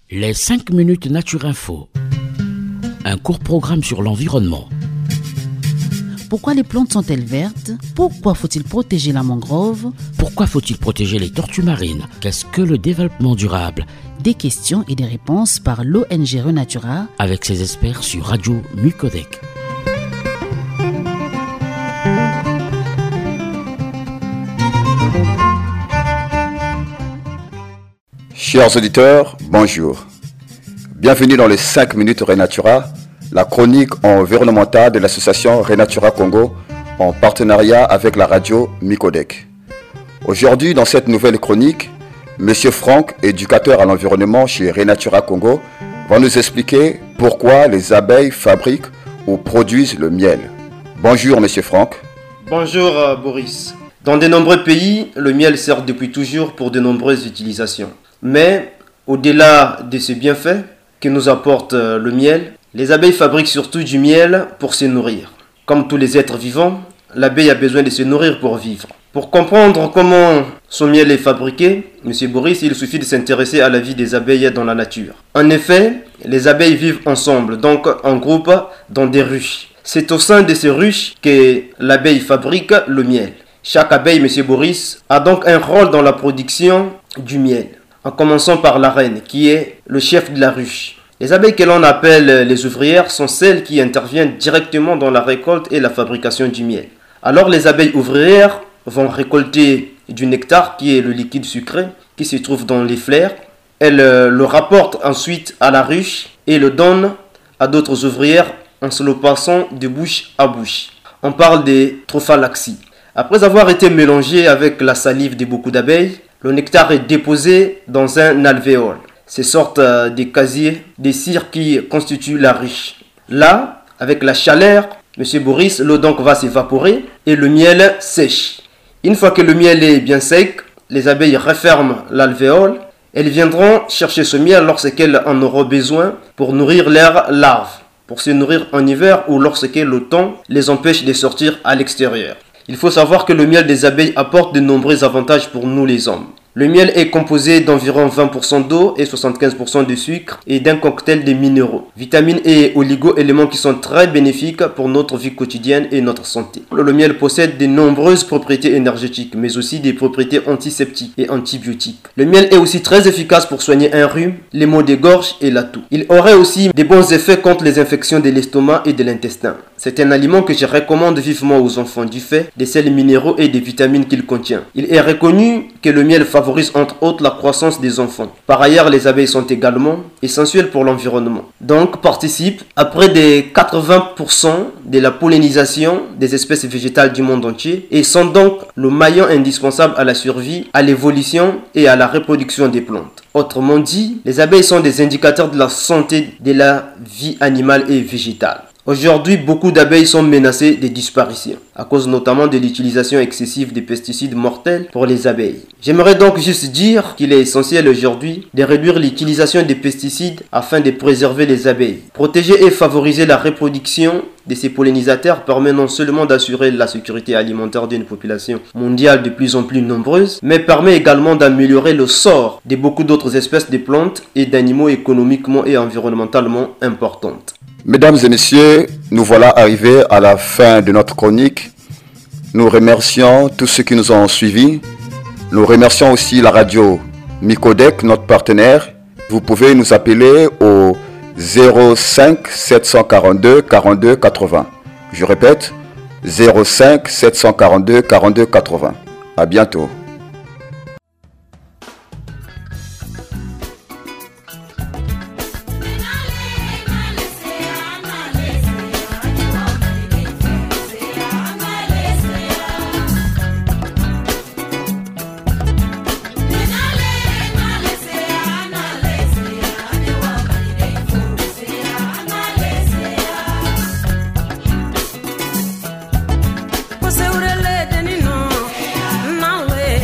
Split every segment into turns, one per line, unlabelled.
Les 5 minutes Nature Info. Un court programme sur l'environnement.
Pourquoi les plantes sont-elles vertes? Pourquoi faut-il protéger la mangrove?
Pourquoi faut-il protéger les tortues marines? Qu'est-ce que le développement durable?
Des questions et des réponses par l'ONG Renatura
avec ses experts sur Radio Micodec.
Chers auditeurs, bonjour. Bienvenue dans les 5 minutes Renatura, la chronique environnementale de l'association Renatura Congo en partenariat avec la radio Micodec. Aujourd'hui, dans cette nouvelle chronique, Monsieur Franck, éducateur à l'environnement chez Renatura Congo, va nous expliquer pourquoi les abeilles fabriquent ou produisent le miel. Bonjour Monsieur Franck.
Bonjour Boris. Dans de nombreux pays, le miel sert depuis toujours pour de nombreuses utilisations. Mais au-delà de ce bienfait que nous apporte le miel, les abeilles fabriquent surtout du miel pour se nourrir. Comme tous les êtres vivants, l'abeille a besoin de se nourrir pour vivre. Pour comprendre comment son miel est fabriqué, Monsieur Boris, il suffit de s'intéresser à la vie des abeilles dans la nature. En effet, les abeilles vivent ensemble, donc en groupe, dans des ruches. C'est au sein de ces ruches que l'abeille fabrique le miel. Chaque abeille, Monsieur Boris, a donc un rôle dans la production du miel. En commençant par la reine, qui est le chef de la ruche. Les abeilles que l'on appelle les ouvrières sont celles qui interviennent directement dans la récolte et la fabrication du miel. Alors les abeilles ouvrières vont récolter du nectar, qui est le liquide sucré, qui se trouve dans les fleurs. Elles le rapportent ensuite à la ruche et le donnent à d'autres ouvrières en se le passant de bouche à bouche. On parle des trophalaxies. Après avoir été mélangé avec la salive de beaucoup d'abeilles, le nectar est déposé dans un alvéole. Ces sortes de casiers, des cires qui constituent la ruche. Là, avec la chaleur, Monsieur Boris, l'eau donc va s'évaporer et le miel sèche. Une fois que le miel est bien sec, les abeilles referment l'alvéole. Elles viendront chercher ce miel lorsqu'elles en auront besoin pour nourrir leurs larves, pour se nourrir en hiver ou lorsque le temps les empêche de sortir à l'extérieur. Il faut savoir que le miel des abeilles apporte de nombreux avantages pour nous les hommes. Le miel est composé d'environ 20% d'eau et 75% de sucre et d'un cocktail de minéraux, vitamines et oligo-éléments qui sont très bénéfiques pour notre vie quotidienne et notre santé. Le miel possède de nombreuses propriétés énergétiques, mais aussi des propriétés antiseptiques et antibiotiques. Le miel est aussi très efficace pour soigner un rhume, les maux de gorge et la toux. Il aurait aussi de bons effets contre les infections de l'estomac et de l'intestin. C'est un aliment que je recommande vivement aux enfants du fait des sels minéraux et des vitamines qu'il contient. Il est reconnu que le miel favorise entre autres la croissance des enfants. Par ailleurs, les abeilles sont également essentielles pour l'environnement. Donc, participent à près de 80% de la pollinisation des espèces végétales du monde entier et sont donc le maillon indispensable à la survie, à l'évolution et à la reproduction des plantes. Autrement dit, les abeilles sont des indicateurs de la santé de la vie animale et végétale. Aujourd'hui, beaucoup d'abeilles sont menacées de disparition, à cause notamment de l'utilisation excessive des pesticides mortels pour les abeilles. J'aimerais donc juste dire qu'il est essentiel aujourd'hui de réduire l'utilisation des pesticides afin de préserver les abeilles. Protéger et favoriser la reproduction de ces pollinisateurs permet non seulement d'assurer la sécurité alimentaire d'une population mondiale de plus en plus nombreuse, mais permet également d'améliorer le sort de beaucoup d'autres espèces de plantes et d'animaux économiquement et environnementalement importantes.
Mesdames et messieurs, nous voilà arrivés à la fin de notre chronique. Nous remercions tous ceux qui nous ont suivis. Nous remercions aussi la radio Micodec, notre partenaire. Vous pouvez nous appeler au 05 742 42 80. Je répète, 05 742 42 80. À bientôt.
Você urele denino, nawe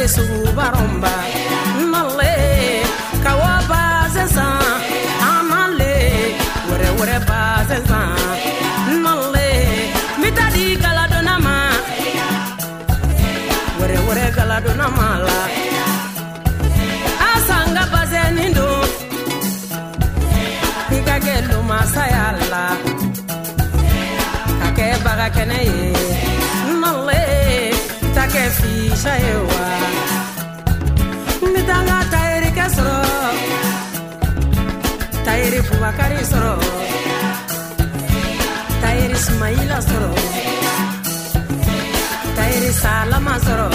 yare sugu baromba nalle kawa bazesa amale wore bazesa nalle mitadi galadona ma wore galadona mala asanga bazenindo nikagelo masayala kake baga keneye nalle take fisha ewa mitanga tairi kesro tairi Bubakari soro tairi Ismaila soro tairi Salama soro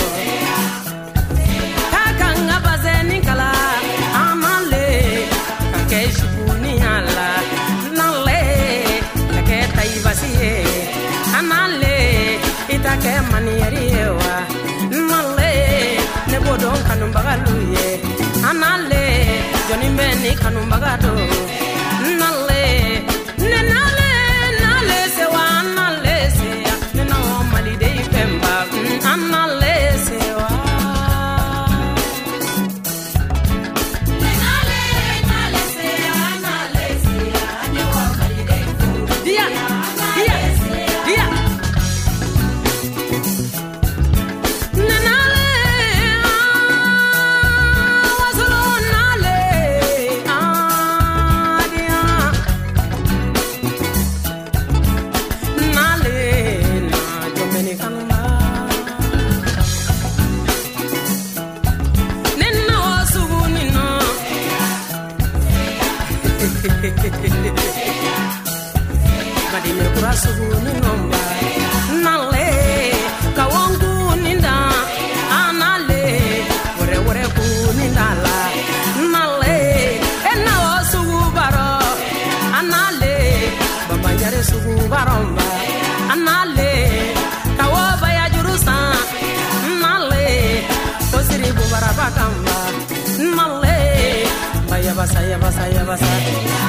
kakanga bazeni kala amale kake shibuni ala nalle kake taibasiye anale itake manieri ewa nalle nebo don kanumbagaluye anale joni mbeni kanumbagado nalle nenale nale sewa nalle seya nena malide ipemba anale sewa nenale seya nale seya nena malide dia Madime kurasugu ni nomba nale kawangu ninda anale wore ku nindala nale ena osugu baro anale baba yare sugu baromba anale kawaba ya jurusa nale osiri bubara bakamba nale baya basa